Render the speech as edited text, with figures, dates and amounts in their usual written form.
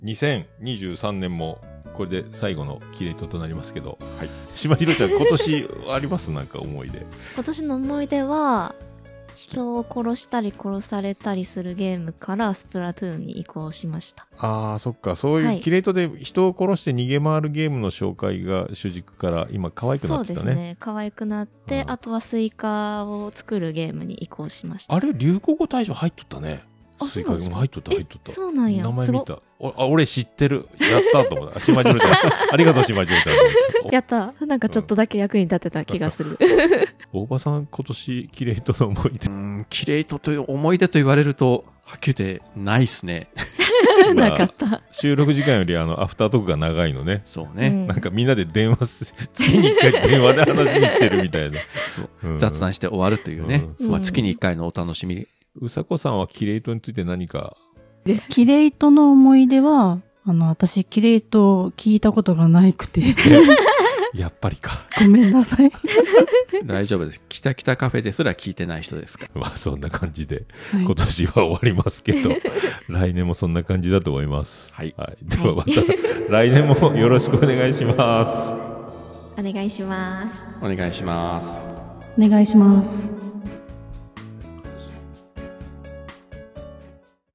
2023年もこれで最後のキレイトとなりますけど、はい、島ひろちゃん今年ありますなんか思い出？ 今年の思い出は人を殺したり殺されたりするゲームからスプラトゥーンに移行しました。 ああ、そっか。そういうキレイトで人を殺して逃げ回るゲームの紹介が主軸から今可愛くなってきたね。 そうですね。可愛くなって、あとはスイカを作るゲームに移行しました。 あれ、流行語大賞入っとったね。スイカも入っとった。 そうなんや。 名前見た。俺知ってる。やったと思った。島次郎ちゃん。ありがとう、島次郎ちゃん。 やった。なんかちょっとだけ役に立てた気がする。 大場さん、今年、キレイトの思い出。 キレイトという思い出と言われると、はっきり言ってないっすね。 なかった。 収録時間よりアフタートークが長いのね。 そうね。 なんかみんなで月に1回電話で話しに来てるみたいな。 そう。雑談して終わるというね。まあ月に1回のお楽しみ。 うさこさんはキレイトについて何か？ キレイトの思い出は、私キレイト聞いたことがなくて。 やっぱりか。 ごめんなさい。 大丈夫です。キタキタカフェですら聞いてない人ですから。 まあそんな感じで、今年は終わりますけど、来年もそんな感じだと思います。 はい。 はい。ではまた来年もよろしくお願いします。 お願いします。 お願いします。 お願いします。